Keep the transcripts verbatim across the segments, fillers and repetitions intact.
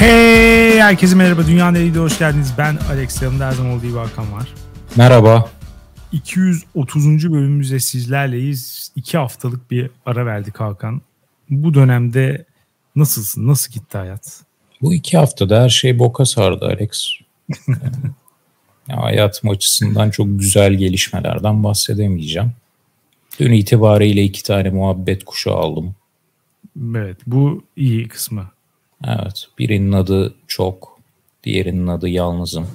Hey herkese merhaba, Dünya Nereye'de hoş geldiniz. Ben Alex, yanımda her zaman olduğu gibi Hakan var. Merhaba. iki yüz otuzuncu bölümümüzde sizlerleyiz. İki haftalık bir ara verdik Hakan. Bu dönemde nasılsın? Nasıl gitti hayat? Bu iki haftada her şey boka sardı Alex. Ya, hayatım açısından çok güzel gelişmelerden bahsedemeyeceğim. Dün itibariyle iki tane muhabbet kuşu aldım. Evet, bu iyi kısmı. Evet, birinin adı çok, diğerinin adı yalnızım.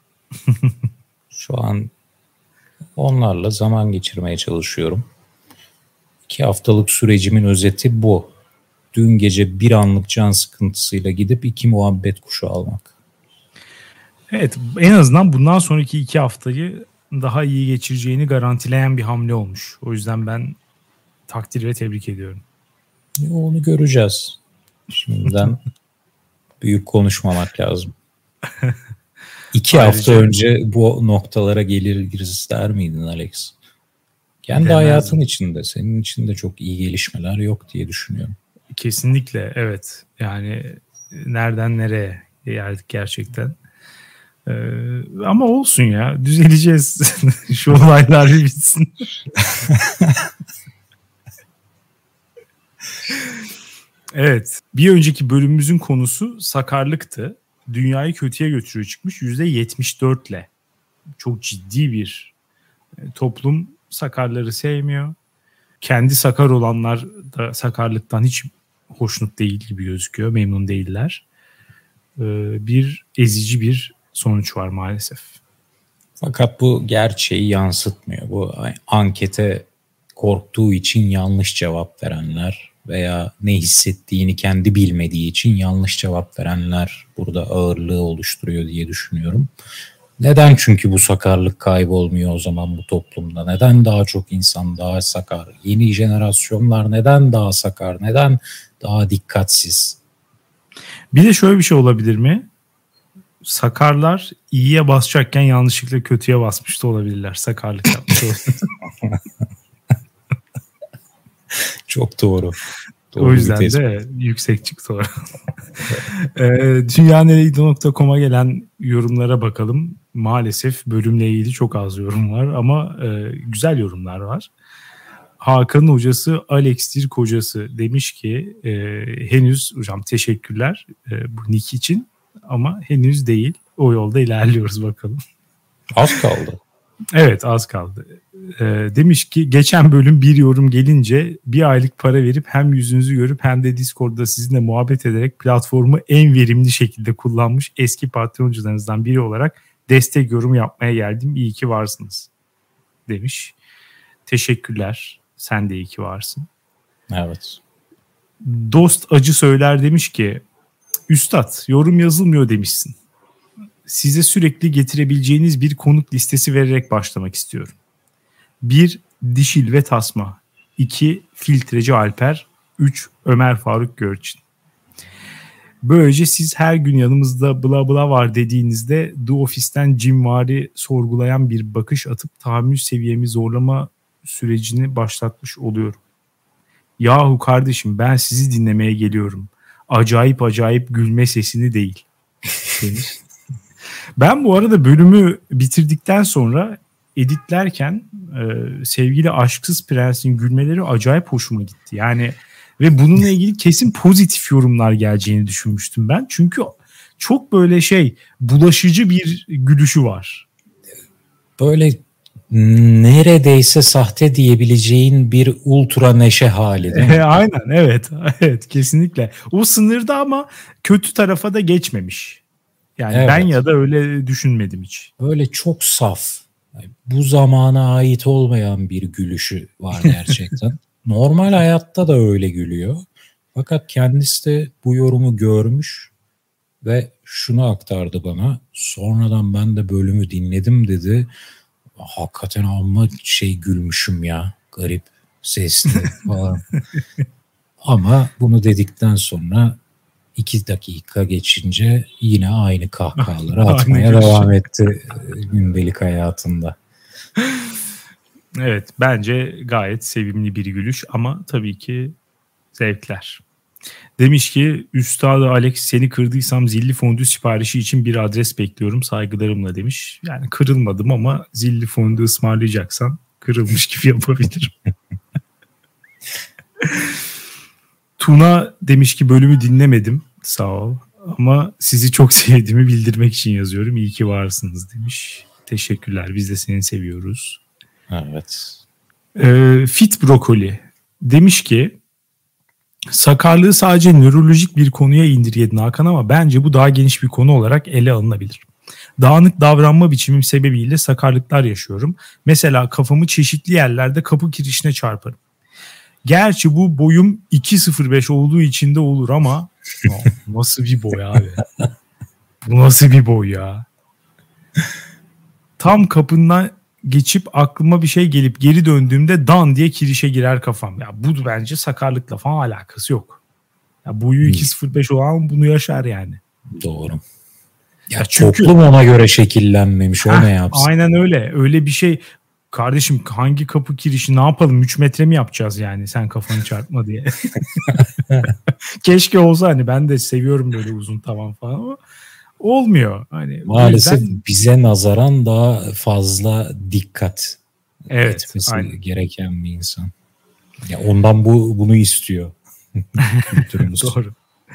Şu an onlarla zaman geçirmeye çalışıyorum. İki haftalık sürecimin özeti bu. Dün gece bir anlık can sıkıntısıyla gidip iki muhabbet kuşu almak. Evet, en azından bundan sonraki iki haftayı daha iyi geçireceğini garantileyen bir hamle olmuş. O yüzden ben takdir ve tebrik ediyorum. Onu göreceğiz. Şimdiden büyük konuşmamak lazım. İki Ayrıca, hafta önce bu noktalara geliriz der miydin Alex? Kendi demezdim. Hayatın içinde, senin için de çok iyi gelişmeler yok diye düşünüyorum. Kesinlikle, evet. Yani nereden nereye geldik gerçekten. Ee, ama olsun ya, düzeleceğiz. Şu olaylar bir bitsin. Evet, bir önceki bölümümüzün konusu sakarlıktı. Dünyayı kötüye götürüyor çıkmış yüzde yetmiş dörtle. Çok ciddi bir toplum sakarları sevmiyor. Kendi sakar olanlar da sakarlıktan hiç hoşnut değil gibi gözüküyor. Memnun değiller. Ee, bir ezici bir sonuç var maalesef. Fakat bu gerçeği yansıtmıyor. Bu ankete korktuğu için yanlış cevap verenler veya ne hissettiğini kendi bilmediği için yanlış cevap verenler burada ağırlığı oluşturuyor diye düşünüyorum. Neden çünkü bu sakarlık kaybolmuyor o zaman bu toplumda? Neden daha çok insan daha sakar? Yeni jenerasyonlar neden daha sakar? Neden daha dikkatsiz? Bir de şöyle bir şey olabilir mi? Sakarlar iyiye basacakken yanlışlıkla kötüye basmış da olabilirler. Sakarlık yapmış olabilirler. Çok doğru. Doğru, o yüzden de yüksek çıktı o. dünya nereydi nokta com'a gelen yorumlara bakalım. Maalesef bölümle ilgili çok az yorum var ama e, güzel yorumlar var. Hakan'ın hocası Alex'tir kocası demiş ki e, henüz hocam teşekkürler e, bu nick için ama henüz değil. O yolda ilerliyoruz bakalım. Az kaldı. Evet, az kaldı. E, demiş ki geçen bölüm bir yorum gelince bir aylık para verip hem yüzünüzü görüp hem de Discord'da sizinle muhabbet ederek platformu en verimli şekilde kullanmış eski patroncularınızdan biri olarak destek yorum yapmaya geldim. İyi ki varsınız demiş. Teşekkürler. Sen de iyi ki varsın. Evet. Dost acı söyler demiş ki Üstad yorum yazılmıyor demişsin. Size sürekli getirebileceğiniz bir konuk listesi vererek başlamak istiyorum. bir Dişil ve Tasma. iki Filtreci Alper. üç Ömer Faruk Görçin. Böylece siz her gün yanımızda bla bla var dediğinizde The Office'ten Jimvari sorgulayan bir bakış atıp tahammül seviyemi zorlama sürecini başlatmış oluyorum. Yahu kardeşim ben sizi dinlemeye geliyorum. Acayip acayip gülme sesini değil. Demiş. Ben bu arada bölümü bitirdikten sonra editlerken e, sevgili Aşksız Prens'in gülmeleri acayip hoşuma gitti. Yani ve bununla ilgili kesin pozitif yorumlar geleceğini düşünmüştüm ben. Çünkü çok böyle şey bulaşıcı bir gülüşü var. Böyle neredeyse sahte diyebileceğin bir ultra neşe hali değil mi? Aynen, evet. Evet, kesinlikle. O sınırda ama kötü tarafa da geçmemiş. Yani evet. Ben ya da öyle düşünmedim hiç. Böyle çok saf. Bu zamana ait olmayan bir gülüşü var gerçekten. Normal hayatta da öyle gülüyor. Fakat kendisi de bu yorumu görmüş ve şunu aktardı bana. Sonradan ben de bölümü dinledim dedi. Hakikaten amma şey gülmüşüm ya. Garip sesli falan. Ama bunu dedikten sonra iki dakika geçince yine aynı kahkahaları atmaya devam etti gündelik hayatında. Evet, bence gayet sevimli bir gülüş ama tabii ki zevkler. Demiş ki Üstadı Alex, seni kırdıysam zilli fondü siparişi için bir adres bekliyorum saygılarımla demiş. Yani kırılmadım ama zilli fondü ısmarlayacaksan kırılmış gibi yapabilirim. Tuna demiş ki bölümü dinlemedim, sağ ol, ama sizi çok sevdiğimi bildirmek için yazıyorum. İyi ki varsınız demiş. Teşekkürler, biz de seni seviyoruz. Evet. Ee, Fit Brokoli demiş ki sakarlığı sadece nörolojik bir konuya indirgedin Hakan, ama bence bu daha geniş bir konu olarak ele alınabilir. Dağınık davranma biçimim sebebiyle sakarlıklar yaşıyorum. Mesela kafamı çeşitli yerlerde kapı kirişine çarparım. Gerçi bu boyum iki sıfır beş olduğu için de olur ama oh, nasıl bir boy abi? Bu nasıl bir boy ya? Tam kapından geçip aklıma bir şey gelip geri döndüğümde dan diye kirişe girer kafam. Ya bu bence sakarlıkla falan alakası yok. Ya boyu iki sıfır beş olan bunu yaşar yani. Doğru. Ya, ya çünkü, toplum ona göre şekillenmemiş. O heh, ne yapsın? Aynen öyle. Öyle bir şey. Kardeşim hangi kapı kirişi ne yapalım? üç metre mi yapacağız yani sen kafanı çarpma diye. Keşke olsa, hani ben de seviyorum böyle uzun tavan falan ama olmuyor. Hani maalesef yüzden... bize nazaran daha fazla dikkat evet, etmesi aynen. gereken bir insan. Ya ondan bu bunu istiyor. Doğru.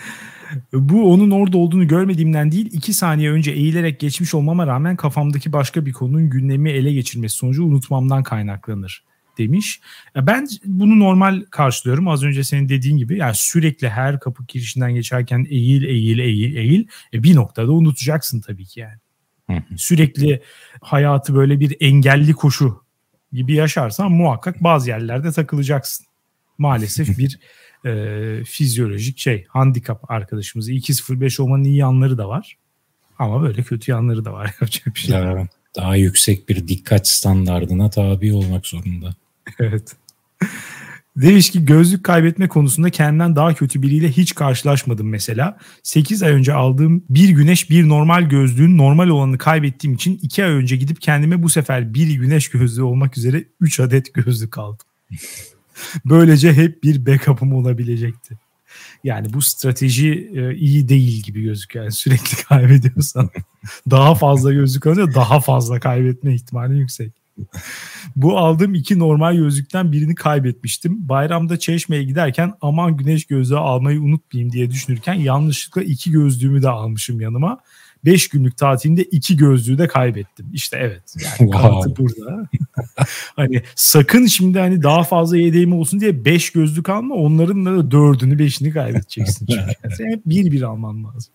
Bu onun orada olduğunu görmediğimden değil, iki saniye önce eğilerek geçmiş olmama rağmen kafamdaki başka bir konunun gündemi ele geçirmesi sonucu unutmamdan kaynaklanır demiş. Ben bunu normal karşılıyorum. Az önce senin dediğin gibi yani sürekli her kapı girişinden geçerken eğil eğil eğil eğil e bir noktada unutacaksın tabii ki yani. Hı hı. Sürekli hayatı böyle bir engelli koşu gibi yaşarsan muhakkak bazı yerlerde takılacaksın. Maalesef bir e, fizyolojik şey, handikap arkadaşımız. iki sıfır beş olmanın iyi yanları da var. Ama böyle kötü yanları da var. Yapacak bir şey. Daha, daha yüksek bir dikkat standardına tabi olmak zorunda. Evet. Demiş ki gözlük kaybetme konusunda kendimden daha kötü biriyle hiç karşılaşmadım mesela. sekiz ay önce aldığım bir güneş bir normal gözlüğün normal olanını kaybettiğim için iki ay önce gidip kendime bu sefer bir güneş gözlüğü olmak üzere üç adet gözlük aldım. Böylece hep bir backup'ım olabilecekti. Yani bu strateji e, iyi değil gibi gözüküyor. Yani sürekli kaybediyorsan daha fazla gözlük alınca daha fazla kaybetme ihtimali yüksek. Bu aldığım iki normal gözlükten birini kaybetmiştim. Bayramda Çeşme'ye giderken aman güneş gözlüğü almayı unutmayayım diye düşünürken yanlışlıkla iki gözlüğümü de almışım yanıma. beş günlük tatilinde iki gözlüğü de kaybettim. İşte evet. Yani kanıtı wow. Burada. Hani sakın şimdi hani daha fazla yedeğim olsun diye beş gözlük alma. Onların da dördünü beşini kaybedeceksin. Çünkü yani sen hep bir bir alman lazım.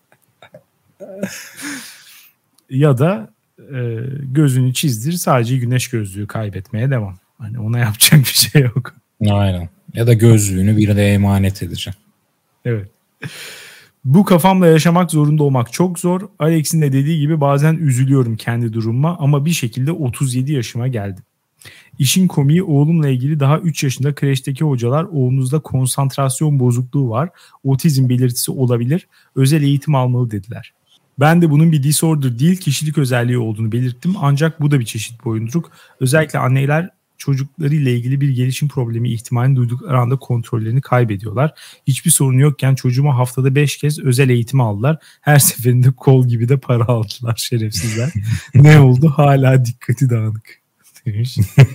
Ya da e, gözünü çizdir, sadece güneş gözlüğü kaybetmeye devam. Hani ona yapacak bir şey yok. Aynen. Ya da gözlüğünü bir de emanet edeceğim. Evet. Bu kafamla yaşamak zorunda olmak çok zor. Alex'in de dediği gibi bazen üzülüyorum kendi durumuma ama bir şekilde otuz yedi yaşıma geldim. İşin komiği oğlumla ilgili daha üç yaşında kreşteki hocalar oğlunuzda konsantrasyon bozukluğu var, otizm belirtisi olabilir, özel eğitim almalı dediler. Ben de bunun bir disorder değil kişilik özelliği olduğunu belirttim ancak bu da bir çeşit boyunduruk. Özellikle anneler çocuklarıyla ilgili bir gelişim problemi ihtimalini duydukları anda kontrollerini kaybediyorlar. Hiçbir sorun yokken çocuğuma haftada beş kez özel eğitim aldılar. Her seferinde kol gibi de para aldılar şerefsizler. Ne oldu? Hala dikkati dağınık demiş.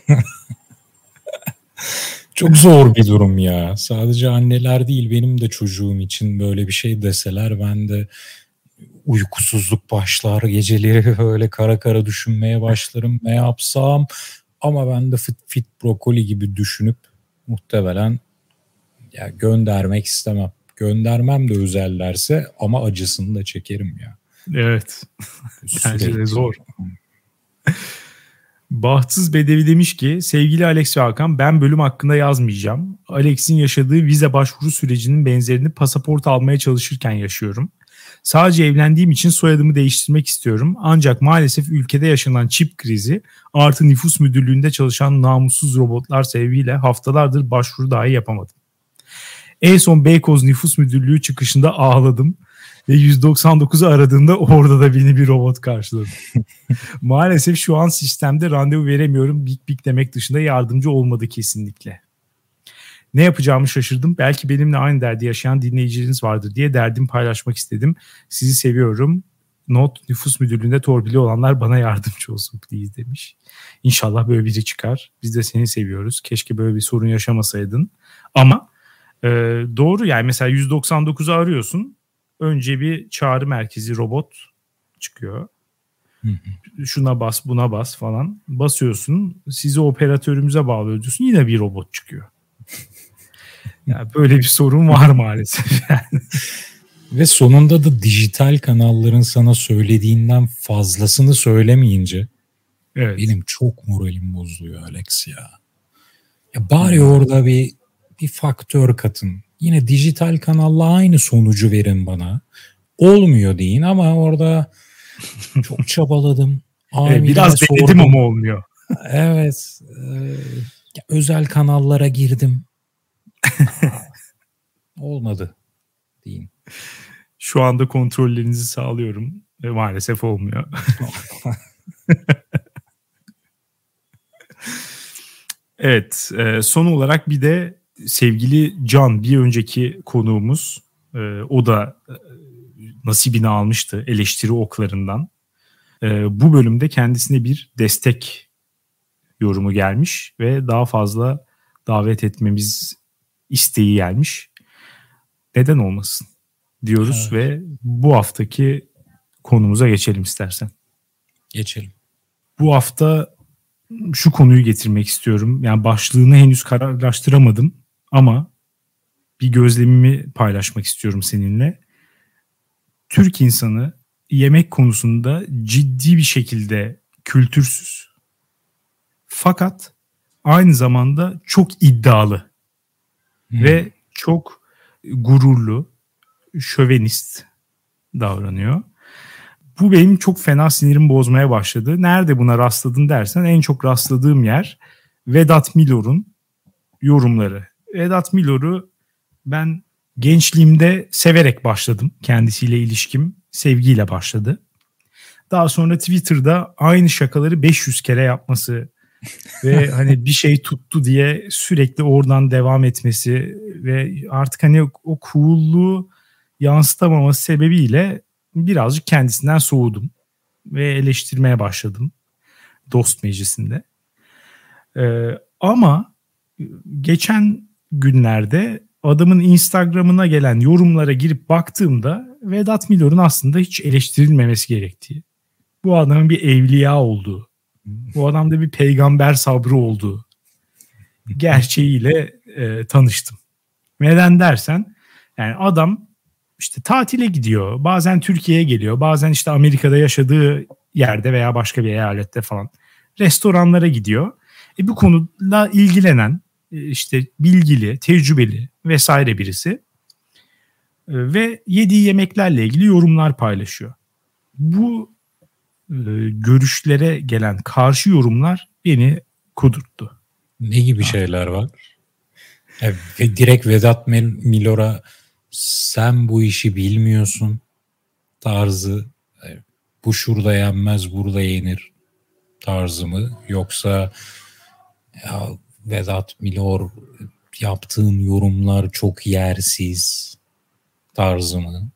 Çok zor bir durum ya. Sadece anneler değil, benim de çocuğum için böyle bir şey deseler ben de uykusuzluk başlar, geceleri böyle kara kara düşünmeye başlarım. Ne yapsam? Ama ben de fit, fit brokoli gibi düşünüp muhtemelen ya göndermek istemem. Göndermem de özellerse ama acısını da çekerim ya. Evet. Bence de zor. Bahtsız Bedevi demiş ki sevgili Alex ve Hakan, ben bölüm hakkında yazmayacağım. Alex'in yaşadığı vize başvuru sürecinin benzerini pasaport almaya çalışırken yaşıyorum. Sadece evlendiğim için soyadımı değiştirmek istiyorum. Ancak maalesef ülkede yaşanan çip krizi artı nüfus müdürlüğünde çalışan namussuz robotlar sebebiyle haftalardır başvuru dahi yapamadım. En son Beykoz Nüfus Müdürlüğü çıkışında ağladım ve yüz doksan dokuzu aradığında orada da beni bir robot karşıladı. Maalesef şu an sistemde randevu veremiyorum. Bik bik demek dışında yardımcı olmadı kesinlikle. Ne yapacağımı şaşırdım. Belki benimle aynı derdi yaşayan dinleyicileriniz vardır diye derdimi paylaşmak istedim. Sizi seviyorum. Not nüfus müdürlüğünde torpili olanlar bana yardımcı olsun please demiş. İnşallah böyle biri çıkar. Biz de seni seviyoruz. Keşke böyle bir sorun yaşamasaydın. Ama e, doğru yani mesela yüz doksan dokuzu arıyorsun. Önce bir çağrı merkezi robot çıkıyor. Hı hı. Şuna bas buna bas falan. Basıyorsun. Sizi operatörümüze bağlıyorsun. Yine bir robot çıkıyor. Yani böyle bir sorun var maalesef yani. Ve sonunda da dijital kanalların sana söylediğinden fazlasını söylemeyince evet. Benim çok moralim bozuluyor Alex ya. Ya bari hmm. orada bir bir faktör katın. Yine dijital kanalla aynı sonucu verin bana. Olmuyor deyin ama orada çok çabaladım. Evet, biraz denedim ama olmuyor. Evet. E, özel kanallara girdim. Olmadı deyin. Şu anda kontrollerinizi sağlıyorum ve maalesef olmuyor. Evet, son olarak bir de sevgili Can, bir önceki konuğumuz, o da nasibini almıştı eleştiri oklarından. Bu bölümde kendisine bir destek yorumu gelmiş ve daha fazla davet etmemiz isteği gelmiş. Neden olmasın diyoruz evet. Ve bu haftaki konumuza geçelim istersen. Geçelim. Bu hafta şu konuyu getirmek istiyorum. Yani başlığını henüz kararlaştıramadım ama bir gözlemimi paylaşmak istiyorum seninle. Türk insanı yemek konusunda ciddi bir şekilde kültürsüz. Fakat aynı zamanda çok iddialı hmm. ve çok gururlu, şövenist davranıyor. Bu benim çok fena sinirimi bozmaya başladı. Nerede buna rastladın dersen en çok rastladığım yer Vedat Milor'un yorumları. Vedat Milor'u ben gençliğimde severek başladım. Kendisiyle ilişkim sevgiyle başladı. Daha sonra Twitter'da aynı şakaları beş yüz kere yapması ve hani bir şey tuttu diye sürekli oradan devam etmesi ve artık hani o cool'luğu yansıtamaması sebebiyle birazcık kendisinden soğudum ve eleştirmeye başladım Dost Meclisi'nde. Ee, ama geçen günlerde adamın Instagram'ına gelen yorumlara girip baktığımda Vedat Milor'un aslında hiç eleştirilmemesi gerektiği, bu adamın bir evliya olduğu, bu adamda bir peygamber sabrı olduğu gerçeğiyle e, tanıştım. Neden dersen yani adam işte tatile gidiyor, bazen Türkiye'ye geliyor, bazen işte Amerika'da yaşadığı yerde veya başka bir eyalette falan restoranlara gidiyor. E bu konuyla ilgilenen işte bilgili, tecrübeli vesaire birisi e, ve yediği yemeklerle ilgili yorumlar paylaşıyor. Bu e, görüşlere gelen karşı yorumlar beni kudurttu. Ne gibi ha. şeyler var? E, direkt Vedat Milor'a sen bu işi bilmiyorsun tarzı, e, bu şurada yenmez burada yenir tarzı mı? Yoksa ya Vedat Milor yaptığın yorumlar çok yersiz tarzı mı?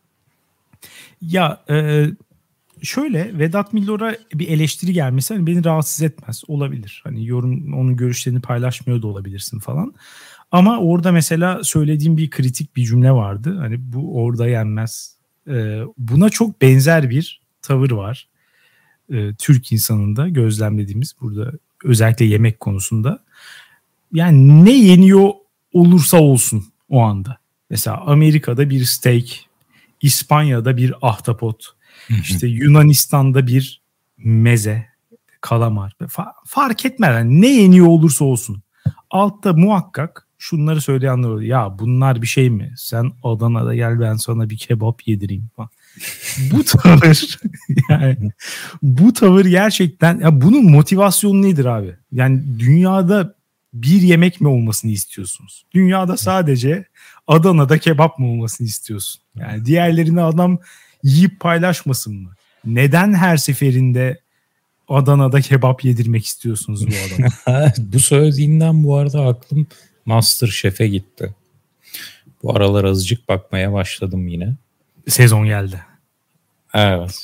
Ya e, şöyle Vedat Milor'a bir eleştiri gelmesi hani beni rahatsız etmez, olabilir. Hani yorum onun görüşlerini paylaşmıyor da olabilirsin falan. Ama orada mesela söylediğim bir kritik bir cümle vardı. Hani bu orada yenmez. E, buna çok benzer bir tavır var. E, Türk insanında gözlemlediğimiz burada özellikle yemek konusunda. Yani ne yeniyor olursa olsun o anda. Mesela Amerika'da bir steak, İspanya'da bir ahtapot, işte Yunanistan'da bir meze, kalamar. Fa- fark etmez. Yani ne yeniyor olursa olsun. Altta muhakkak şunları söyleyenler oluyor. Ya bunlar bir şey mi? Sen Adana'da gel ben sana bir kebap yedireyim falan. Bu tavır yani bu tavır gerçekten ya bunun motivasyonu nedir abi? Yani dünyada bir yemek mi olmasını istiyorsunuz? Dünyada sadece Adana'da kebap mı olmasını istiyorsun? Yani diğerlerini adam yiyip paylaşmasın mı? Neden her seferinde Adana'da kebap yedirmek istiyorsunuz bu adama? Bu söylediğinden bu arada aklım MasterChef'e gitti. Bu aralar azıcık bakmaya başladım yine. Sezon geldi. Evet.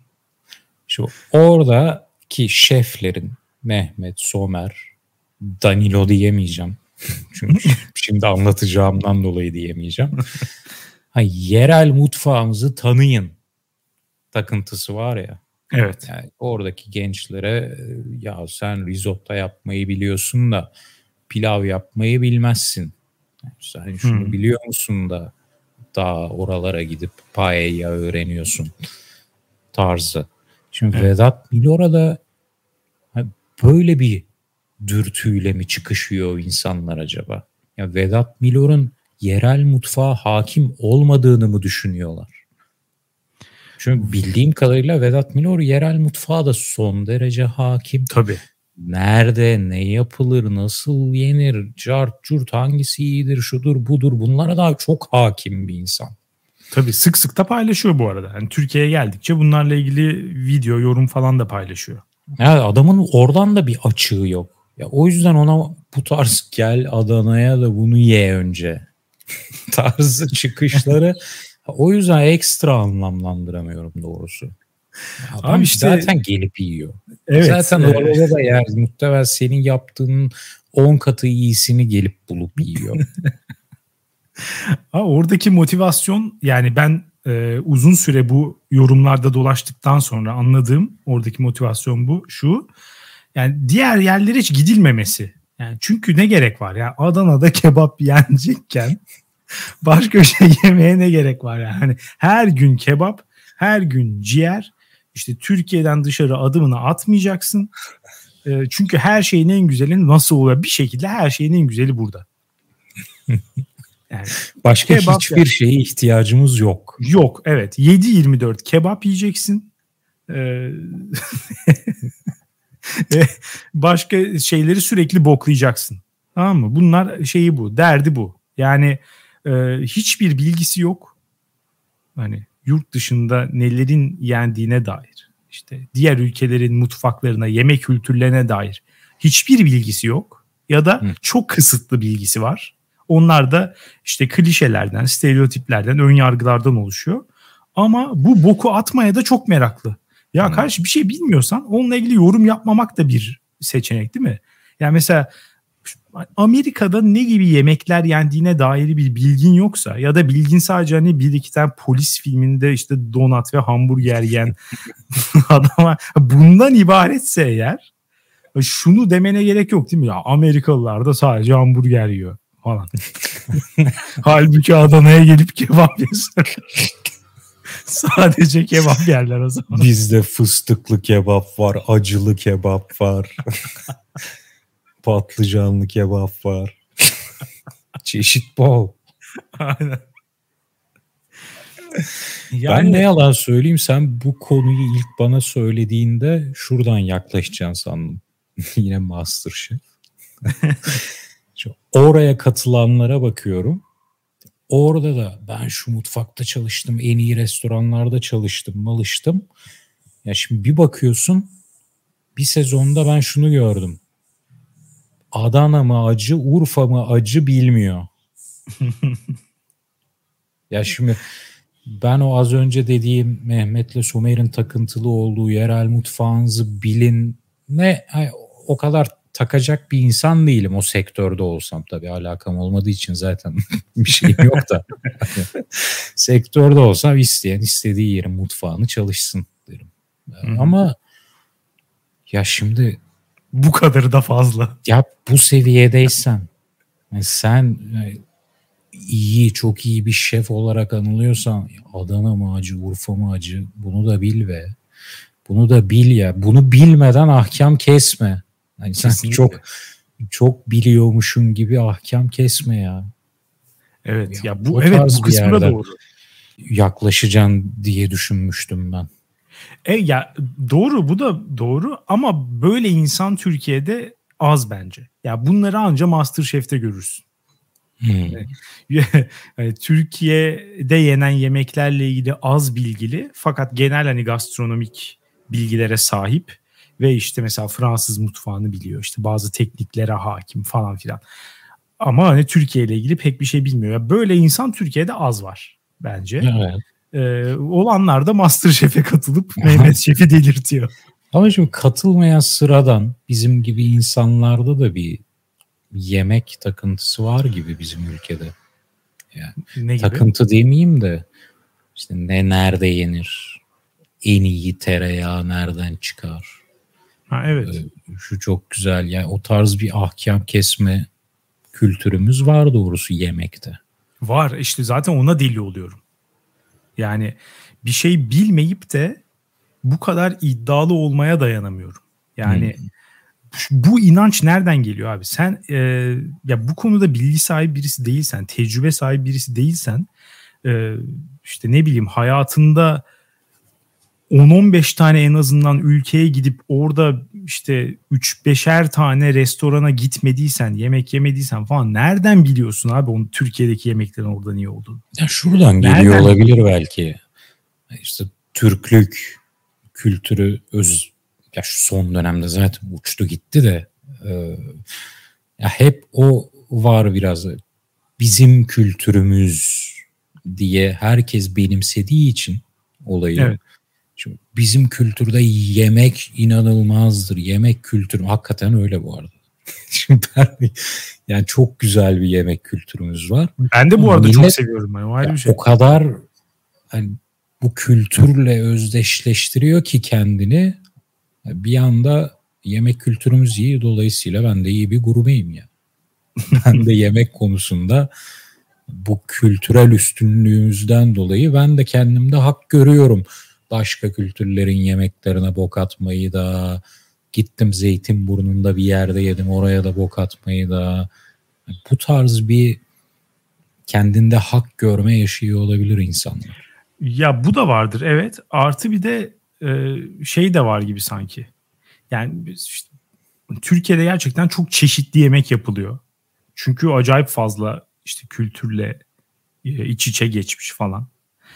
Şu oradaki şeflerin Mehmet, Somer, Danilo diyemeyeceğim. Çünkü şimdi anlatacağımdan dolayı diyemeyeceğim. Ha, yerel mutfağımızı tanıyın takıntısı var ya. Evet. Yani oradaki gençlere ya sen risotto yapmayı biliyorsun da pilav yapmayı bilmezsin. Sen şunu hmm. biliyor musun da daha oralara gidip paella öğreniyorsun tarzı. Şimdi evet. Vedat Milor'a da böyle bir dürtüyle mi çıkışıyor insanlar acaba? Ya Vedat Milor'un yerel mutfağa hakim olmadığını mı düşünüyorlar? Çünkü bildiğim kadarıyla Vedat Milor yerel mutfağa da son derece hakim. Tabii. Nerede, ne yapılır, nasıl yenir, cart curt hangisi iyidir, şudur budur, bunlara daha çok hakim bir insan. Tabii sık sık da paylaşıyor bu arada. Yani Türkiye'ye geldikçe bunlarla ilgili video, yorum falan da paylaşıyor. Ya adamın oradan da bir açığı yok. Ya o yüzden ona bu tarz gel Adana'ya da bunu ye önce tarzı çıkışları o yüzden ekstra anlamlandıramıyorum doğrusu. Adam abi işte zaten gelip yiyor. Evet, zaten evet. Orada da yer. Muhtemelen senin yaptığının on katı iyisini gelip bulup yiyor. Ha, oradaki motivasyon yani ben e, uzun süre bu yorumlarda dolaştıktan sonra anladığım oradaki motivasyon bu şu. Yani diğer yerlere hiç gidilmemesi. Yani çünkü ne gerek var ya Adana'da kebap yenecekken başka bir şey yemeye ne gerek var yani? Hani her gün kebap, her gün ciğer. İşte Türkiye'den dışarı adımını atmayacaksın. E, çünkü her şeyin en güzeli nasıl oluyor? Bir şekilde her şeyin en güzeli burada. Yani başka hiçbir yani. şeye ihtiyacımız yok. Yok evet. yedi yirmi dört kebap yiyeceksin. Ee, başka şeyleri sürekli boklayacaksın. Tamam mı? Bunlar şeyi bu. Derdi bu. Yani e, hiçbir bilgisi yok. Hani yurt dışında nelerin yendiğine dair. İşte diğer ülkelerin mutfaklarına, yemek kültürlerine dair hiçbir bilgisi yok. Ya da Hı. çok kısıtlı bilgisi var. Onlar da işte klişelerden, stereotiplerden, ön yargılardan oluşuyor. Ama bu boku atmaya da çok meraklı. Ya karşı bir şey bilmiyorsan onunla ilgili yorum yapmamak da bir seçenek değil mi? Yani mesela Amerika'da ne gibi yemekler yendiğine dair bir bilgin yoksa ya da bilgin sadece hani bir iki tane polis filminde işte donat ve hamburger yiyen adama bundan ibaretse eğer şunu demene gerek yok değil mi? Ya Amerikalılar da sadece hamburger yiyor falan. Halbuki Adana'ya gelip kebap yesin. Sadece kebap yerler o zaman. Bizde fıstıklı kebap var, acılı kebap var. Patlıcanlı kebap var. Çeşit bol. Aynen. Yani... Ben ne yalan söyleyeyim, sen bu konuyu ilk bana söylediğinde şuradan yaklaşacaksın sandım. Yine MasterChef. Oraya katılanlara bakıyorum. Orada da ben şu mutfakta çalıştım, en iyi restoranlarda çalıştım, malıştım. Ya şimdi bir bakıyorsun, bir sezonda ben şunu gördüm. Adana mı acı, Urfa mı acı bilmiyor. Ya şimdi ben o az önce dediğim Mehmet'le Somer'in takıntılı olduğu yerel mutfağınızı bilin ne o kadar takacak bir insan değilim. O sektörde olsam tabii, alakam olmadığı için zaten bir şeyim yok da. Sektörde olsam isteyen istediği yerin mutfağını çalışsın derim. Hı-hı. Ama ya şimdi bu kadarı da fazla. Ya bu seviyedeysen yani sen yani iyi, çok iyi bir şef olarak anılıyorsan Adana mı acı, Urfa mı acı, bunu da bil be. Bunu da bil ya. Bunu bilmeden ahkam kesme. Yani sen çok çok biliyormuşsun gibi ahkam kesme ya. Evet ya, ya bu evet bu kısmı da doğru. Yaklaşacaksın diye düşünmüştüm ben. E ya doğru, bu da doğru ama böyle insan Türkiye'de az bence. Ya bunları anca MasterChef'te görürsün. Hmm. Yani Türkiye'de yenen yemeklerle ilgili az bilgili fakat genel hani gastronomik bilgilere sahip ve işte mesela Fransız mutfağını biliyor, işte bazı tekniklere hakim falan filan. ama hani Türkiye ile ilgili pek bir şey bilmiyor. Böyle insan Türkiye'de az var bence. Evet. Ee, olanlar da MasterChef'e katılıp Mehmet Şef'i delirtiyor. Ama şimdi katılmayan sıradan bizim gibi insanlarda da bir yemek takıntısı var gibi bizim ülkede. Yani ne takıntı gibi? demeyeyim de işte ne nerede yenir, en iyi tereyağı nereden çıkar. Ha, evet. Ee, şu çok güzel, yani o tarz bir ahkam kesme kültürümüz var doğrusu yemekte. Var işte, zaten ona deli oluyorum. Yani bir şey bilmeyip de bu kadar iddialı olmaya dayanamıyorum. Yani hmm. bu inanç nereden geliyor abi? Sen e, ya bu konuda bilgi sahibi birisi değilsen, tecrübe sahibi birisi değilsen, e, işte ne bileyim hayatında on on beş tane en azından ülkeye gidip orada işte üç beşer tane restorana gitmediysen, yemek yemediysen falan nereden biliyorsun abi onun Türkiye'deki yemeklerin orada niye olduğunu? Ya şuradan nereden geliyor olabilir belki. İşte Türklük kültürü öz, ya şu son dönemde zaten uçtu gitti de e, ya hep o var biraz. Bizim kültürümüz diye herkes benimsediği için olayı. Evet. Şimdi bizim kültürde yemek inanılmazdır. Yemek kültürü hakikaten öyle bu arada. Şimdi ben, yani çok güzel bir yemek kültürümüz var. Ben de bu arada millet, çok seviyorum. Yani, o, ayrı bir şey. O kadar hani bu kültürle özdeşleştiriyor ki kendini, bir anda yemek kültürümüz iyi, dolayısıyla ben de iyi bir gurmeyim ya. Ben de yemek konusunda bu kültürel üstünlüğümüzden dolayı ben de kendimde hak görüyorum. Başka kültürlerin yemeklerine bok atmayı da, gittim Zeytinburnu'nda bir yerde yedim, oraya da bok atmayı da. Bu tarz bir kendinde hak görme yaşıyor olabilir insanlar. Ya bu da vardır evet. Artı bir de e, şey de var gibi sanki. Yani işte, Türkiye'de gerçekten çok çeşitli yemek yapılıyor. Çünkü acayip fazla işte kültürle e, iç içe geçmiş falan.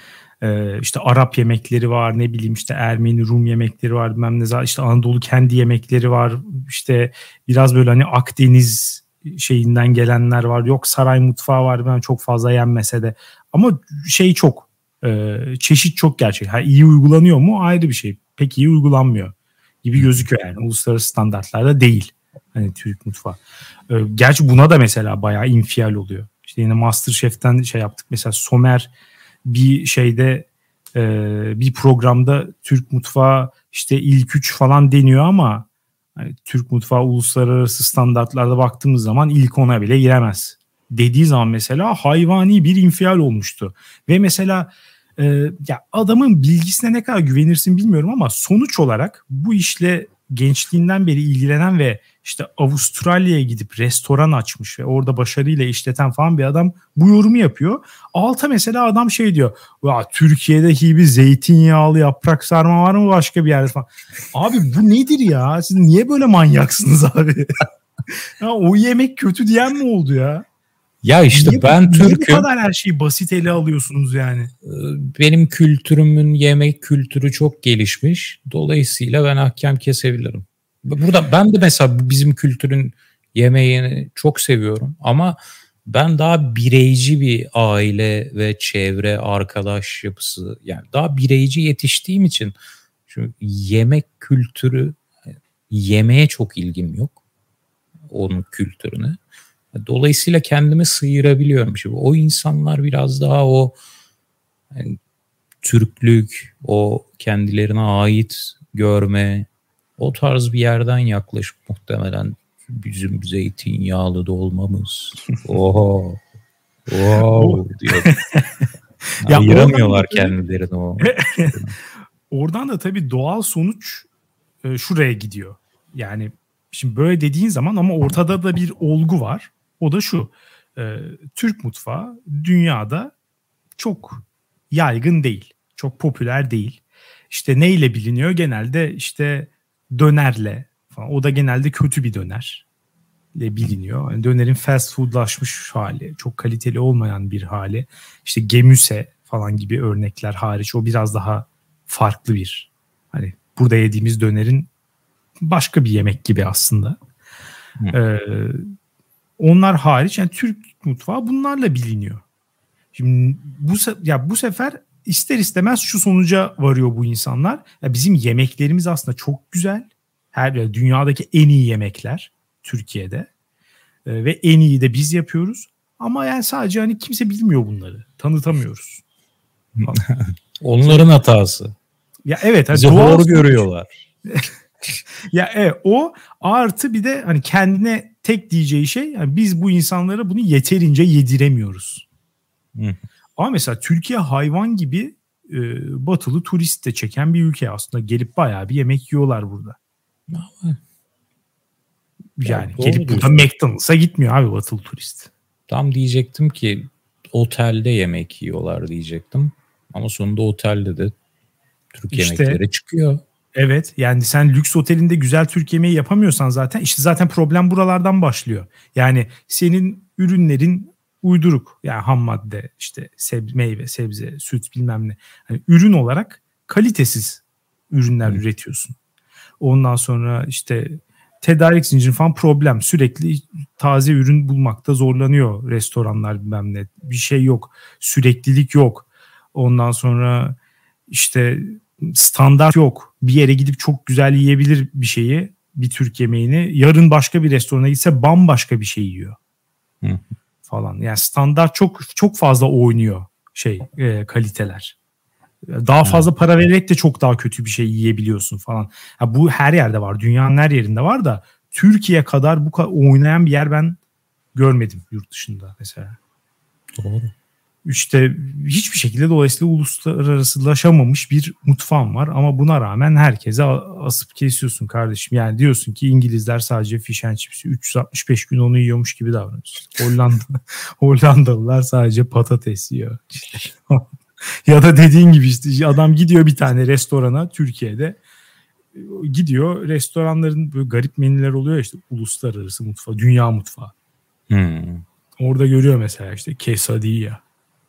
E, işte Arap yemekleri var, ne bileyim işte Ermeni, Rum yemekleri var, bilmem ne zaten, işte Anadolu kendi yemekleri var. İşte biraz böyle hani Akdeniz şeyinden gelenler var. Yok saray mutfağı var, ben çok fazla yenmese de. Ama şey çok e, çeşit çok gerçek. Ha, iyi uygulanıyor mu ayrı bir şey. Pek iyi uygulanmıyor gibi gözüküyor yani. Uluslararası standartlarda değil. Hani Türk mutfağı. E, gerçi buna da mesela bayağı infial oluyor. İşte yine MasterChef'ten şey yaptık. Mesela Somer bir şeyde e, bir programda Türk mutfağı işte ilk üç falan deniyor ama hani Türk mutfağı uluslararası standartlarda baktığımız zaman ilk ona bile giremez dediği zaman mesela hayvani bir infial olmuştu. Ve mesela e, ya adamın bilgisine ne kadar güvenirsin bilmiyorum ama sonuç olarak bu işle gençliğinden beri ilgilenen ve işte Avustralya'ya gidip restoran açmış ve orada başarıyla işleten falan bir adam bu yorumu yapıyor. Alta mesela adam şey diyor. Ya Türkiye'deki bir zeytinyağlı yaprak sarma var mı başka bir yerde falan. Abi bu nedir ya? Siz niye böyle manyaksınız abi? Ya o yemek kötü diyen mi oldu ya? Ya işte niye, ben Türk'üm. Niye bu kadar her şeyi basit ele alıyorsunuz yani? Benim kültürümün yemek kültürü çok gelişmiş. Dolayısıyla ben ahkam kesebilirim. Burada ben de mesela bizim kültürün yemeğini çok seviyorum ama ben daha bireyci bir aile ve çevre, arkadaş yapısı, yani daha bireyci yetiştiğim için şu yemek kültürü, yemeğe çok ilgim yok. Onun kültürüne. Dolayısıyla kendimi sıyırabiliyorum. Şimdi o insanlar biraz daha o yani, Türklük, o kendilerine ait görme, o tarz bir yerden yaklaşıp muhtemelen bizim zeytinyağlı dolmamız. Oho. Wow diyor. Ya ayıramıyorlar kendilerini o. Oradan da tabii doğal sonuç e, şuraya gidiyor. Yani şimdi böyle dediğin zaman ama ortada da bir olgu var. O da şu. E, Türk mutfağı dünyada çok yaygın değil. Çok popüler değil. İşte neyle biliniyor? Genelde işte dönerle falan. O da genelde kötü bir döner ile biliniyor. Yani dönerin fast foodlaşmış hali, çok kaliteli olmayan bir hali. İşte gemüse falan gibi örnekler hariç o biraz daha farklı bir, hani burada yediğimiz dönerin başka bir yemek gibi aslında. Ee, Onlar hariç yani Türk mutfağı bunlarla biliniyor. Şimdi bu ya bu sefer ister istemez şu sonuca varıyor bu insanlar. Ya bizim yemeklerimiz aslında çok güzel. Her dünyadaki en iyi yemekler Türkiye'de. Ee, ve en iyi de biz yapıyoruz. Ama yani sadece hani kimse bilmiyor bunları. Tanıtamıyoruz. Onların hatası. Ya evet. Bizi hor görüyorlar. Ya evet, o artı bir de hani kendine tek diyeceği şey yani biz bu insanlara bunu yeterince yediremiyoruz. Hı. Ama mesela Türkiye hayvan gibi e, batılı turist de çeken bir ülke aslında. Gelip bayağı bir yemek yiyorlar burada. Yani ya, gelip burada McDonald's'a gitmiyor abi batılı turist. Tam diyecektim ki otelde yemek yiyorlar diyecektim. Ama sonunda otelde de Türk işte, yemekleri çıkıyor. Evet yani sen lüks otelinde güzel Türk yemeği yapamıyorsan zaten işte zaten problem buralardan başlıyor. Yani senin ürünlerin uyduruk yani ham madde işte sebze, meyve, sebze, süt bilmem ne. Yani ürün olarak kalitesiz ürünler Hı. üretiyorsun. Ondan sonra işte tedarik zinciri falan problem. Sürekli taze ürün bulmakta zorlanıyor restoranlar bilmem ne. Bir şey yok. Süreklilik yok. Ondan sonra işte standart yok. Bir yere gidip çok güzel yiyebilir bir şeyi, bir Türk yemeğini. Yarın başka bir restorana gitse bambaşka bir şey yiyor. Hı. Falan. Yani standart çok çok fazla oynuyor şey e, kaliteler. Daha fazla para vererek de çok daha kötü bir şey yiyebiliyorsun falan. Ya bu her yerde var. Dünyanın her yerinde var da Türkiye kadar bu kadar oynayan bir yer ben görmedim yurt dışında mesela. Doğru. İşte hiçbir şekilde dolayısıyla uluslararasılaşamamış bir mutfağım var ama buna rağmen herkese asıp kesiyorsun kardeşim. Yani diyorsun ki İngilizler sadece fish and chips'i üç yüz altmış beş gün onu yiyormuş gibi davranıyorsun. Hollanda Hollandalılar sadece patates yiyor. İşte. Ya da dediğin gibi işte adam gidiyor bir tane restorana Türkiye'de gidiyor restoranların böyle garip menüler oluyor işte uluslararası mutfağı, dünya mutfağı. Hmm. Orada görüyor mesela işte quesadilla.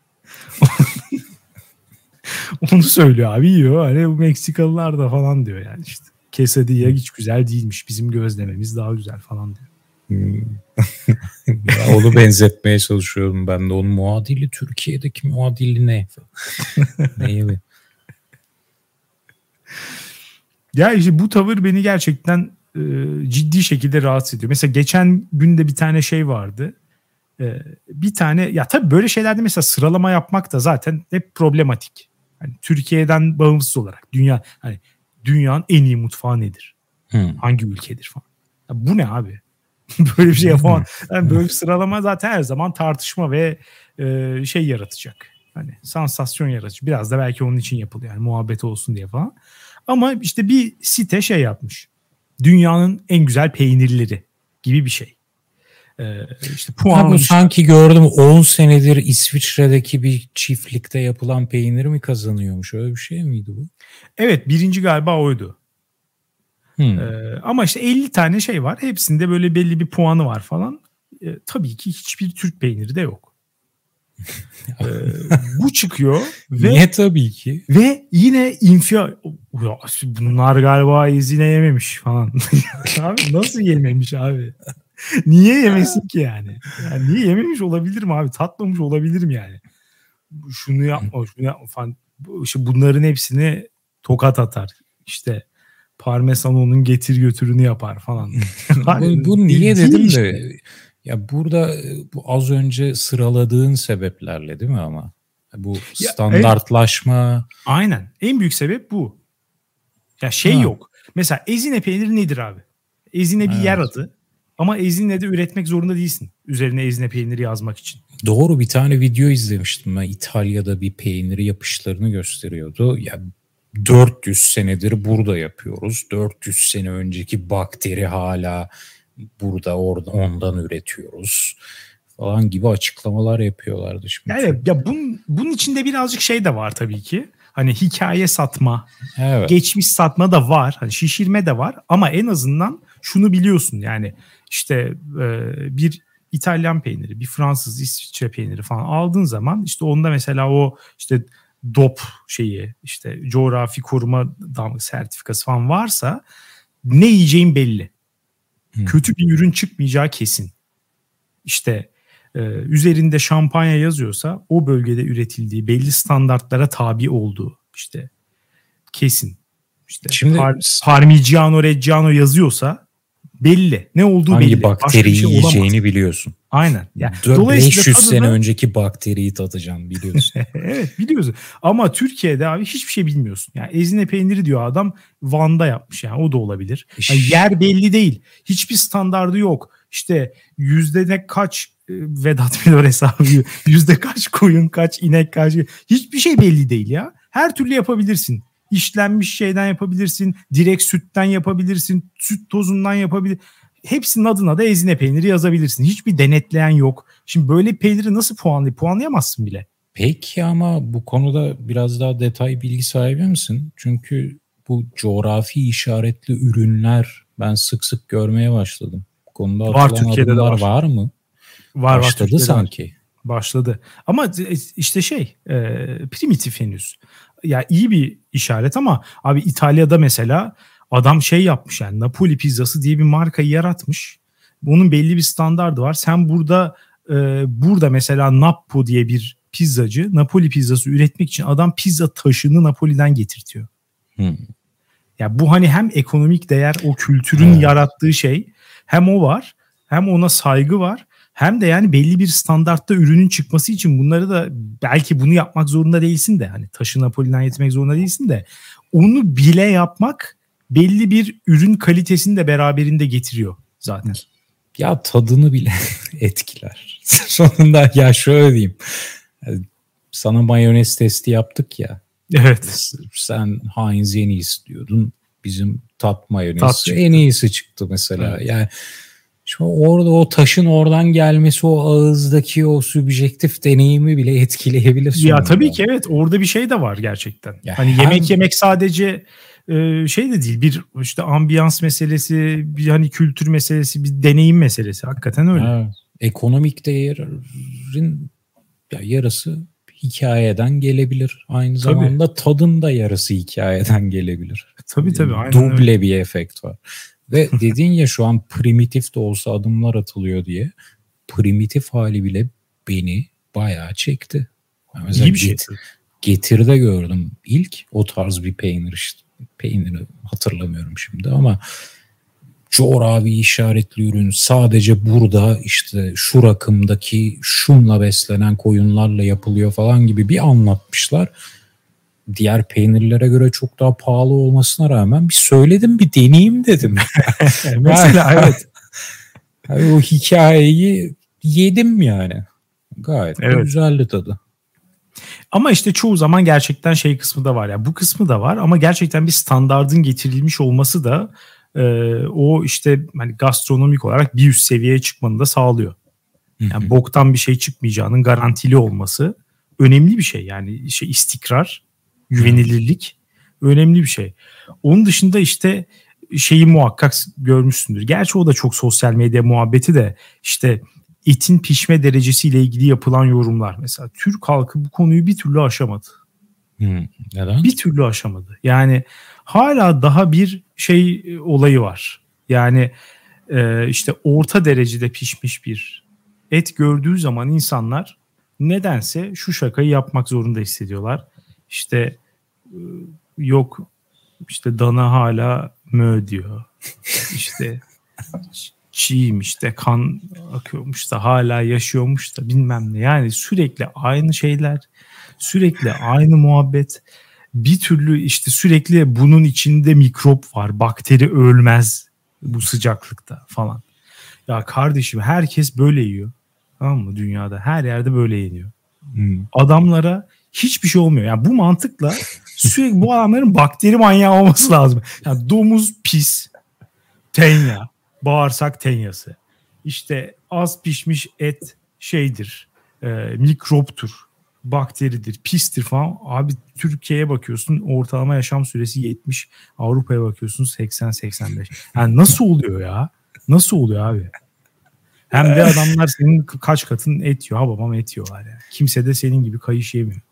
Onu söylüyor abi yiyor. Hani bu Meksikalılar da falan diyor yani işte. Quesadilla hiç güzel değilmiş. Bizim gözlememiz daha güzel falan diyor. Hmm. Ya onu benzetmeye çalışıyorum ben de. Onun muadili Türkiye'deki muadili ne? Neyi mi? Ya işte bu tavır beni gerçekten e, ciddi şekilde rahatsız ediyor. Mesela geçen günde bir tane şey vardı. E, bir tane ya tabii böyle şeylerde mesela sıralama yapmak da zaten hep problematik. Hani Türkiye'den bağımsız olarak dünya hani dünyanın en iyi mutfağı nedir? Hmm. Hangi ülkedir falan. Ya bu ne abi? Böyle bir şey yapamam. Yani böyle bir sıralama zaten her zaman tartışma ve e, şey yaratacak. Hani sansasyon yaratacak. Biraz da belki onun için yapılıyor. Yani muhabbet olsun diye falan. Ama işte bir site şey yapmış. Dünyanın en güzel peynirleri gibi bir şey. Ee, işte puanlamışlar. Bu sanki gördüm on senedir İsviçre'deki bir çiftlikte yapılan peyniri mi kazanıyormuş? Öyle bir şey miydi bu? Evet birinci galiba oydu. Hmm. Ee, ama işte elli tane şey var. Hepsinde böyle belli bir puanı var falan. Ee, tabii ki hiçbir Türk peyniri de yok. ee, bu çıkıyor. Ve, niye tabii ki? Ve yine infial. Bunlar galiba ezine yememiş falan. Abi nasıl yememiş abi? Niye yemesin ki yani? yani? Niye yememiş olabilir mi abi? Tatmamış olabilir mi yani? Şunu yapma, şunu yapma falan. İşte bunların hepsini tokat atar. İşte Parmesano'nun getir götürünü yapar falan. bu, bu niye dedim işte. de ya burada bu az önce sıraladığın sebeplerle değil mi ama? Bu standartlaşma. Ya, evet. Aynen. En büyük sebep bu. Ya şey ha. yok. Mesela Ezine peyniri nedir abi? Ezine bir evet. yer adı. Ama Ezine'de üretmek zorunda değilsin. Üzerine Ezine peyniri yazmak için. Doğru bir tane video izlemiştim ben. İtalya'da bir peyniri yapışlarını gösteriyordu. Ya dört yüz senedir burada yapıyoruz. dört yüz sene önceki bakteri hala burada orada ondan üretiyoruz falan gibi açıklamalar yapıyorlardı şimdi. Yani ya bunun, bunun içinde birazcık şey de var tabii ki. Hani hikaye satma, evet. geçmiş satma da var. Hani şişirme de var ama en azından şunu biliyorsun yani işte e, bir İtalyan peyniri, bir Fransız, İsviçre peyniri falan aldığın zaman işte onda mesela o işte D O P şeyi işte coğrafi koruma sertifikası falan varsa ne yiyeceğin belli. Hmm. Kötü bir ürün çıkmayacağı kesin. işte e, üzerinde şampanya yazıyorsa o bölgede üretildiği, belli standartlara tabi olduğu işte kesin. İşte Şimdi Par- Parmigiano Reggiano yazıyorsa belli. Ne olduğu hangi belli. Hangi bakteriyi şey yiyeceğini olamaz. biliyorsun. Aynen. Yani beş yüz sene da... önceki bakteriyi tadacaksın biliyorsun. Evet biliyorsun. Ama Türkiye'de abi hiçbir şey bilmiyorsun. Yani ezine peyniri diyor adam Van'da yapmış yani o da olabilir. Yani yer belli değil. Hiçbir standardı yok. İşte yüzde ne kaç Vedat Milor hesabı yüzde kaç koyun kaç inek kaç hiçbir şey belli değil ya. Her türlü yapabilirsin. İşlenmiş şeyden yapabilirsin. Direkt sütten yapabilirsin. Süt tozundan yapabilirsin. Hepsinin adına da ezine peyniri yazabilirsin. Hiçbir denetleyen yok. Şimdi böyle peyniri nasıl puanlay puanlayamazsın bile. Peki ama bu konuda biraz daha detay bilgi sahibi misin? Çünkü bu coğrafi işaretli ürünler ben sık sık görmeye başladım. Bu konuda atılan var, Türkiye'de adımlar de var. var mı? Var, Başladı var, sanki. Var. Başladı. Ama işte şey e, primitif henüz. Ya iyi bir işaret ama abi İtalya'da mesela adam şey yapmış yani Napoli pizzası diye bir markayı yaratmış. Bunun belli bir standardı var. Sen burada e, burada mesela Nappo diye bir pizzacı Napoli pizzası üretmek için adam pizza taşını Napoli'den getirtiyor. Hmm. Ya bu hani hem ekonomik değer o kültürün evet. yarattığı şey hem o var hem ona saygı var. Hem de yani belli bir standartta ürünün çıkması için bunları da belki bunu yapmak zorunda değilsin de hani taşı Napoli'den getirmek zorunda değilsin de onu bile yapmak belli bir ürün kalitesini de beraberinde getiriyor zaten. Ya tadını bile etkiler. Sonunda ya şöyle diyeyim. Sana mayonez testi yaptık ya. Evet. Sen Heinz en iyisi diyordun. Bizim tat mayonez en iyisi çıktı mesela. Evet. Yani şu orada o taşın oradan gelmesi o ağızdaki o subjektif deneyimi bile etkileyebilir. Ya tabii ki evet orada bir şey de var gerçekten. Ya hani hem... yemek yemek sadece e, şey de değil bir işte ambiyans meselesi bir hani kültür meselesi bir deneyim meselesi hakikaten öyle. Ha, ekonomik değerin ya yarısı hikayeden gelebilir. Aynı tabii. zamanda tadın da yarısı hikayeden gelebilir. Tabii tabii. Aynen Duble öyle. bir efekt var. Ve dediğin ya şu an primitif de olsa adımlar atılıyor diye primitif hali bile beni bayağı çekti. Yani mesela İyi bir get, şey. Getir'de gördüm ilk o tarz bir peynir işte. Peyniri hatırlamıyorum şimdi ama coğrafi işaretli ürün sadece burada işte şu rakımdaki şunla beslenen koyunlarla yapılıyor falan gibi bir anlatmışlar. Diğer peynirlere göre çok daha pahalı olmasına rağmen bir söyledim bir deneyeyim dedim. Mesela evet. Yani o hikayeyi yedim yani. Gayet evet. güzeldi tadı. Ama işte çoğu zaman gerçekten şey kısmı da var. Yani bu kısmı da var ama gerçekten bir standardın getirilmiş olması da e, o işte hani gastronomik olarak bir üst seviyeye çıkmanı da sağlıyor. Yani boktan bir şey çıkmayacağının garantili olması önemli bir şey. Yani şey istikrar, güvenilirlik önemli bir şey. Onun dışında işte şeyi muhakkak görmüşsündür. Gerçi o da çok sosyal medya muhabbeti de işte etin pişme derecesiyle ilgili yapılan yorumlar. Mesela Türk halkı bu konuyu bir türlü aşamadı. Hmm, neden? Bir türlü aşamadı. Yani hala daha bir şey olayı var. Yani e, işte orta derecede pişmiş bir et gördüğü zaman insanlar nedense şu şakayı yapmak zorunda hissediyorlar. İşte yok işte dana hala mö diyor. İşte çiğmiş de kan akıyormuş da hala yaşıyormuş da bilmem ne. Yani sürekli aynı şeyler, sürekli aynı muhabbet. Bir türlü işte sürekli bunun içinde mikrop var. Bakteri ölmez bu sıcaklıkta falan. Ya kardeşim herkes böyle yiyor. Tamam mı? Dünyada her yerde böyle yeniyor. Hmm. Adamlara hiçbir şey olmuyor. Yani bu mantıkla sürekli bu adamların bakteri manyağı olması lazım. Yani domuz pis, tenya, bağırsak tenyası. İşte az pişmiş et şeydir, e, mikroptur, bakteridir, pistir falan. Abi Türkiye'ye bakıyorsun ortalama yaşam süresi yetmiş, Avrupa'ya bakıyorsun seksen seksen beş. Yani nasıl oluyor ya? Nasıl oluyor abi? Hem de adamlar senin kaç katın et yiyor. Ha babam et yiyorlar yani. Kimse de senin gibi kayış yemiyor.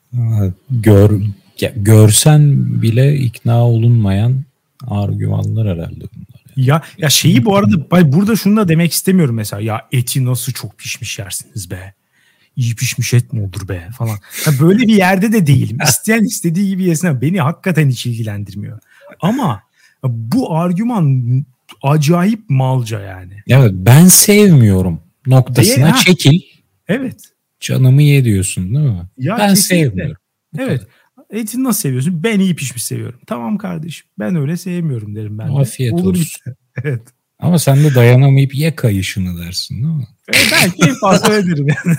Gör, görsen bile ikna olunmayan argümanlar herhalde bunlar. Yani. Ya ya şeyi bu arada ben burada şunu da demek istemiyorum mesela. Ya eti nasıl çok pişmiş yersiniz be. İyi pişmiş et mi olur be falan. Ya böyle bir yerde de değilim. İsteyen istediği gibi yesin. Beni hakikaten hiç ilgilendirmiyor. Ama bu argüman acayip malca yani. Evet, ben sevmiyorum noktasına Değil, çekil. Evet. Canımı ye diyorsun değil mi? Ya ben kesinlikle. sevmiyorum. Bu evet. kadar. Eti nasıl seviyorsun? Ben iyi pişmiş seviyorum. Tamam kardeşim. Ben öyle sevmiyorum derim ben de. Afiyet olur olsun. Işte. Evet. Ama sen de dayanamayıp ye kayışını dersin değil mi? Evet, belki en fazla ederim yani.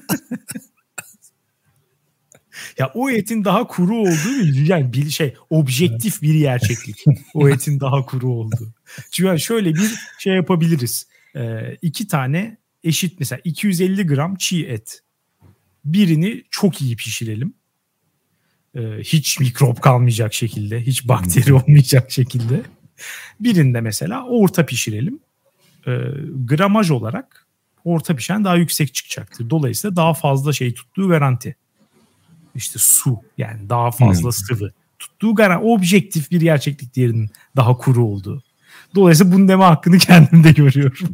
Ya o etin daha kuru olduğu yani bir şey objektif bir gerçeklik. O etin daha kuru olduğu. Çünkü şöyle bir şey yapabiliriz. Ee, iki tane eşit mesela iki yüz elli gram çiğ et. Birini çok iyi pişirelim. Ee, hiç mikrop kalmayacak şekilde, hiç bakteri olmayacak şekilde. Birinde mesela orta pişirelim. Ee, gramaj olarak orta pişen daha yüksek çıkacaktır. Dolayısıyla daha fazla şey tuttuğu garanti. İşte su yani daha fazla hmm. sıvı tuttuğu garanti. Objektif bir gerçeklik diğerinin daha kuru olduğu. Dolayısıyla bunun deme hakkını kendimde görüyorum.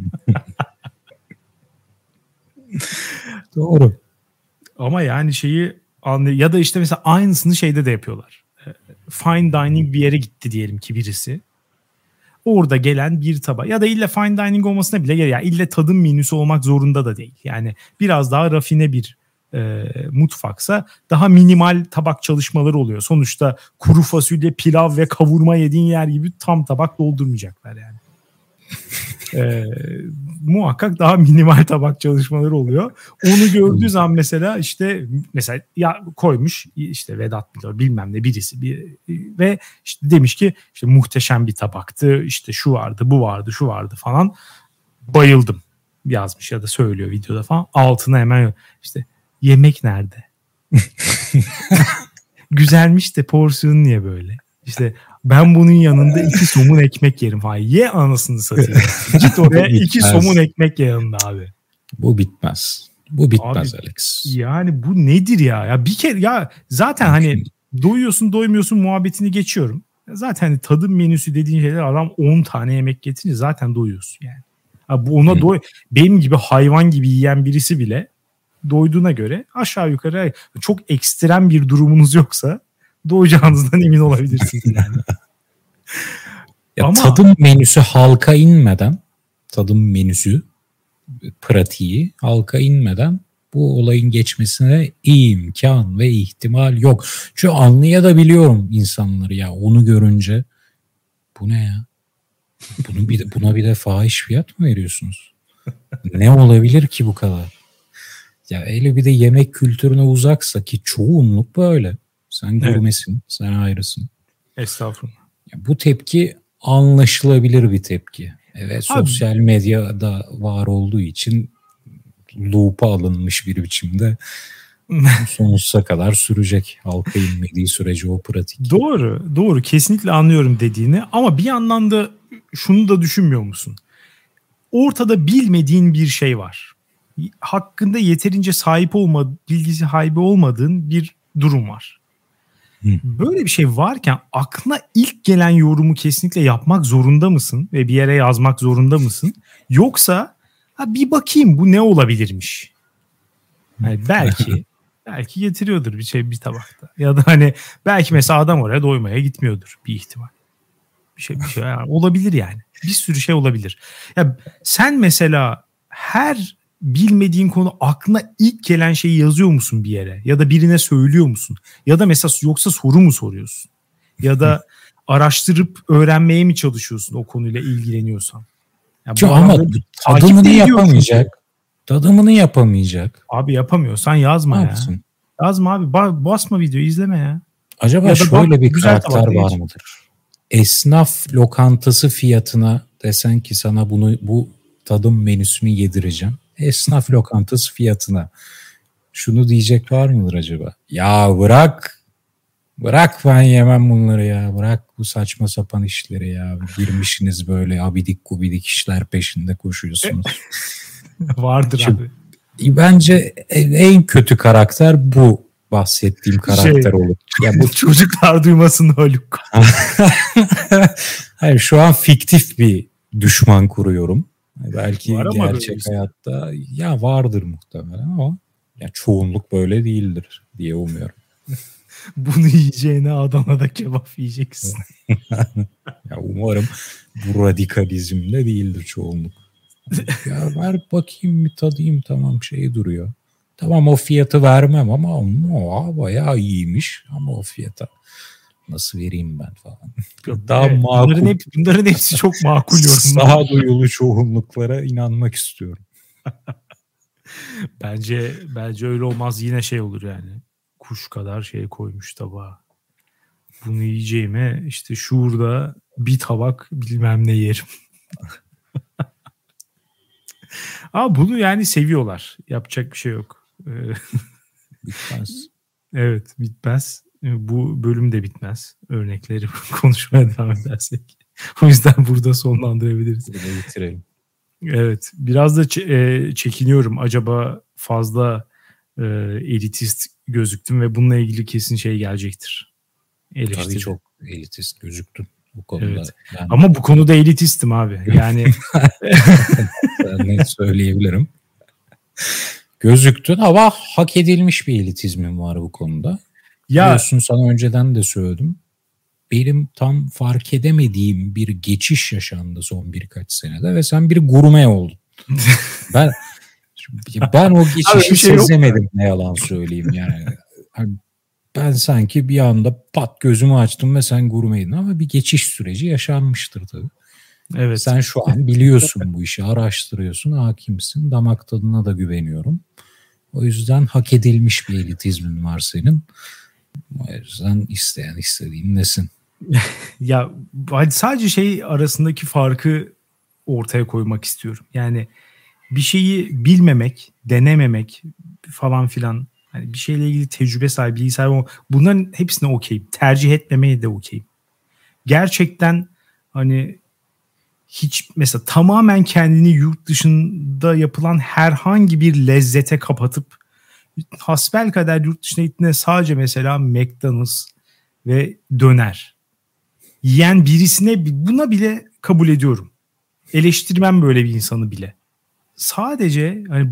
Doğru. Ama yani şeyi anlay- ya da işte mesela aynısını şeyde de yapıyorlar. Fine dining bir yere gitti diyelim ki birisi. Orada gelen bir tabak ya da illa fine dining olmasına bile gerek. Yani illa tadım menüsü olmak zorunda da değil. Yani biraz daha rafine bir e, mutfaksa daha minimal tabak çalışmaları oluyor. Sonuçta kuru fasulye, pilav ve kavurma yediğin yer gibi tam tabak doldurmayacaklar yani. e, muhakkak daha minimal tabak çalışmaları oluyor. Onu gördüğü zaman mesela işte mesela ya koymuş işte Vedat Milor bilmem ne birisi bir, ve işte demiş ki işte muhteşem bir tabaktı. İşte şu vardı, bu vardı, şu vardı falan. Bayıldım yazmış ya da söylüyor videoda falan. Altına hemen işte yemek nerede? Güzelmiş de porsiyonu niye böyle? İşte ben bunun yanında iki somun ekmek yerim falan. Ye anasını satayım. Git oraya iki somun ekmek ye yanında abi. Bu bitmez. Bu bitmez abi, Alex. Yani bu nedir ya? Ya bir kere ya zaten hani doyuyorsun doymuyorsun muhabbetini geçiyorum. Zaten hani tadım menüsü dediğin şeyler adam on tane yemek getirince zaten doyuyorsun yani. Abi bu ona doy benim gibi hayvan gibi yiyen birisi bile doyduğuna göre aşağı yukarı çok ekstrem bir durumunuz yoksa doyacağınızdan emin olabilirsiniz yani. Ya ama tadım menüsü halka inmeden, tadım menüsü pratiği halka inmeden bu olayın geçmesine imkan ve ihtimal yok. Çünkü anlayabiliyorum insanları ya onu görünce bu ne ya? Bunu bir de, buna bir de fahiş fiyat mı veriyorsunuz? Ne olabilir ki bu kadar? Ya öyle bir de yemek kültürüne uzaksa ki çoğunluk böyle. Sen gurmesin, evet. Sen ayrısın. Estağfurullah. Ya bu tepki anlaşılabilir bir tepki. Evet, abi, sosyal medyada var olduğu için loop'a alınmış bir biçimde sonsuza kadar sürecek. Halka inmediği sürece o pratik. Doğru, doğru. Kesinlikle anlıyorum dediğini ama bir yandan da şunu da düşünmüyor musun? Ortada bilmediğin bir şey var. Hakkında yeterince sahip olma, bilgisi sahibi olmadığın bir durum var. Hı. Böyle bir şey varken aklına ilk gelen yorumu kesinlikle yapmak zorunda mısın ve bir yere yazmak zorunda mısın? Yoksa ha bir bakayım bu ne olabilirmiş? Yani belki belki getiriyordur bir şey bir tabakta. Ya da hani belki mesela adam oraya doymaya gitmiyordur bir ihtimal. Bir şey bir şey yani olabilir yani. Bir sürü şey olabilir. Ya sen mesela her bilmediğin konu aklına ilk gelen şeyi yazıyor musun bir yere? Ya da birine söylüyor musun? Ya da mesela yoksa soru mu soruyorsun? Ya da araştırıp öğrenmeye mi çalışıyorsun o konuyla ilgileniyorsan? Yani ama tadımını yapamayacak. Tadımını yapamayacak. Abi yapamıyorsan yazma ya. Yapsın? Yazma abi. Basma videoyu izleme ya. Acaba ya şöyle bak, bir karakter var mıdır? Esnaf lokantası fiyatına desen ki sana bunu bu tadım menüsünü yedireceğim. Esnaf lokantası fiyatına şunu diyecek var mıdır acaba? Ya bırak, bırak ben yemem bunları ya. Bırak bu saçma sapan işleri ya. Girmişsiniz böyle abidik gubidik işler peşinde koşuyorsunuz. Vardır Şimdi, abi. Bence en kötü karakter bu bahsettiğim karakter şey, olur. Ya bu çocuklar duymasın Haluk. Hayır şu an fiktif bir düşman kuruyorum. Belki Var ama gerçek hayatta ya vardır muhtemelen ama ya çoğunluk böyle değildir diye umuyorum. Bunu yiyeceğine Adana'da kebap yiyeceksin. Ya umarım bu radikalizmde değildir çoğunluk. Ya ver bakayım bir tadayım, tamam şey duruyor. Tamam o fiyatı vermem ama o bayağı iyiymiş ama o fiyata nasıl vereyim ben falan. Daha evet, makul. Bunların, hep, bunların hepsi çok makul yorumlar. Sağduyulu çoğunluklara inanmak istiyorum. Bence bence öyle olmaz, yine şey olur yani. Kuş kadar şey koymuş tabağa. Bunu yiyeceğime işte şurada bir tabak bilmem ne yerim. Ama bunu yani seviyorlar. Yapacak bir şey yok. Bitmez. Evet, bitmez. Bu bölüm de bitmez. Örnekleri konuşmaya devam edersek. O yüzden burada sonlandırabiliriz. Burada bitirelim. Evet. Biraz da ç- e, çekiniyorum. Acaba fazla e, elitist gözüktüm ve bununla ilgili kesin şey gelecektir. Eleştiri. Tabii çok elitist gözüktün bu konuda. Evet. Yani... Ama bu konuda elitistim abi. Yani ben ne söyleyebilirim. Gözüktün ama hak edilmiş bir elitizmin var bu konuda. Ya, biliyorsun sana önceden de söyledim. Benim tam fark edemediğim bir geçiş yaşandı son birkaç senede ve sen bir gurme oldun. ben ben o geçişi şey sezemedim, ne yalan söyleyeyim yani. Ben sanki bir anda pat gözümü açtım ve sen gurmeydin ama bir geçiş süreci yaşanmıştır tabii. Evet. Sen şu an biliyorsun bu işi, araştırıyorsun, hakimsin, damak tadına da güveniyorum. O yüzden hak edilmiş bir elitizmin var senin. O yüzden isteyen istediğin nesin? Ya sadece şey arasındaki farkı ortaya koymak istiyorum. Yani bir şeyi bilmemek, denememek falan filan, hani bir şeyle ilgili tecrübe sahibi, bilgi sahibi olmak, bunların hepsine okeyim. Tercih etmemeye de okeyim. Gerçekten hani hiç mesela tamamen kendini yurt dışında yapılan herhangi bir lezzete kapatıp hasbelkader yurt dışına gittiğinde sadece mesela McDonald's ve döner yiyen birisine buna bile kabul ediyorum. Eleştirmem böyle bir insanı bile. Sadece hani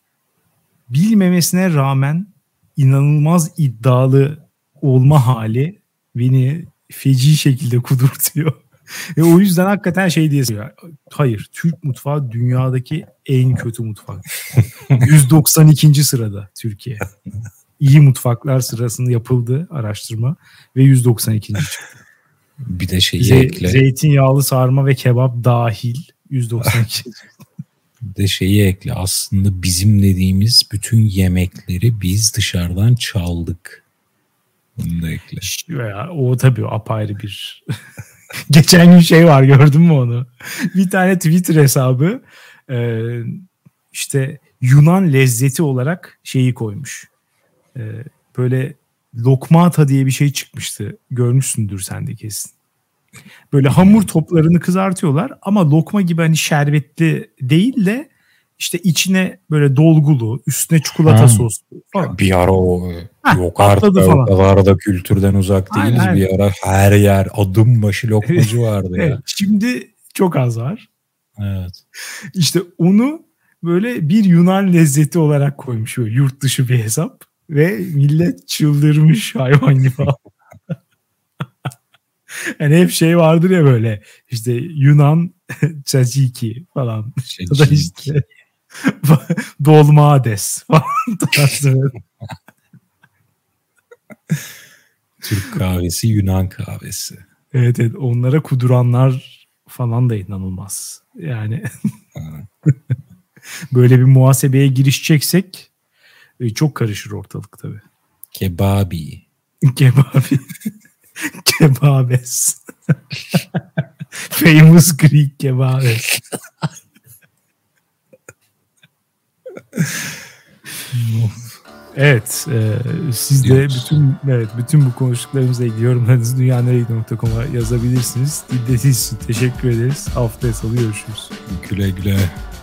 bilmemesine rağmen inanılmaz iddialı olma hali beni feci şekilde kudurtuyor. Ve o yüzden hakikaten şey diye, hayır, Türk mutfağı dünyadaki en kötü mutfak. yüz doksan ikinci sırada Türkiye. İyi mutfaklar sırasında yapıldı araştırma ve yüz doksan ikinci çıktı. Bir de şeyi Ze- ekle. Zeytinyağlı sarma ve kebap dahil yüz doksan iki. Bir de şeyi ekle. Aslında bizim dediğimiz bütün yemekleri biz dışarıdan çaldık. Bunu da ekle. Ya, o tabii apayrı bir... Geçen gün şey var, gördün mü onu? Bir tane Twitter hesabı e, işte Yunan lezzeti olarak şeyi koymuş. E, böyle lokmata diye bir şey çıkmıştı. Görmüşsündür sen de kesin. Böyle hamur toplarını kızartıyorlar ama lokma gibi hani şerbetli değil de işte içine böyle dolgulu, üstüne çikolata ha. soslu falan. Bir ara o ha, yok artık o kadar da kültürden uzak değiliz. Aynen. Bir ara her yer adım başı lokmacı vardı ya. Evet, şimdi çok az var. Evet. İşte onu böyle bir Yunan lezzeti olarak koymuş, böyle yurt dışı bir hesap ve millet çıldırmış hayvan gibi. Yani hep şey vardır ya böyle işte Yunan tzatziki falan. Ya da işte dolmades falan tarzı. Türk kahvesi, Yunan kahvesi. Evet, evet, onlara kuduranlar falan da inanılmaz. Yani böyle bir muhasebeye girişeceksek çok karışır ortalık tabii. Kebabi. Kebabi. Kebabes. Famous Greek kebabes. Evet, e, siz de bütün evet bütün bu konuştuklarımızla ilgili yorumlarınızı dünyanereydi nokta com'a yazabilirsiniz. Dinlediğiniz için teşekkür ederiz. Haftaya salı görüşürüz. Güle güle.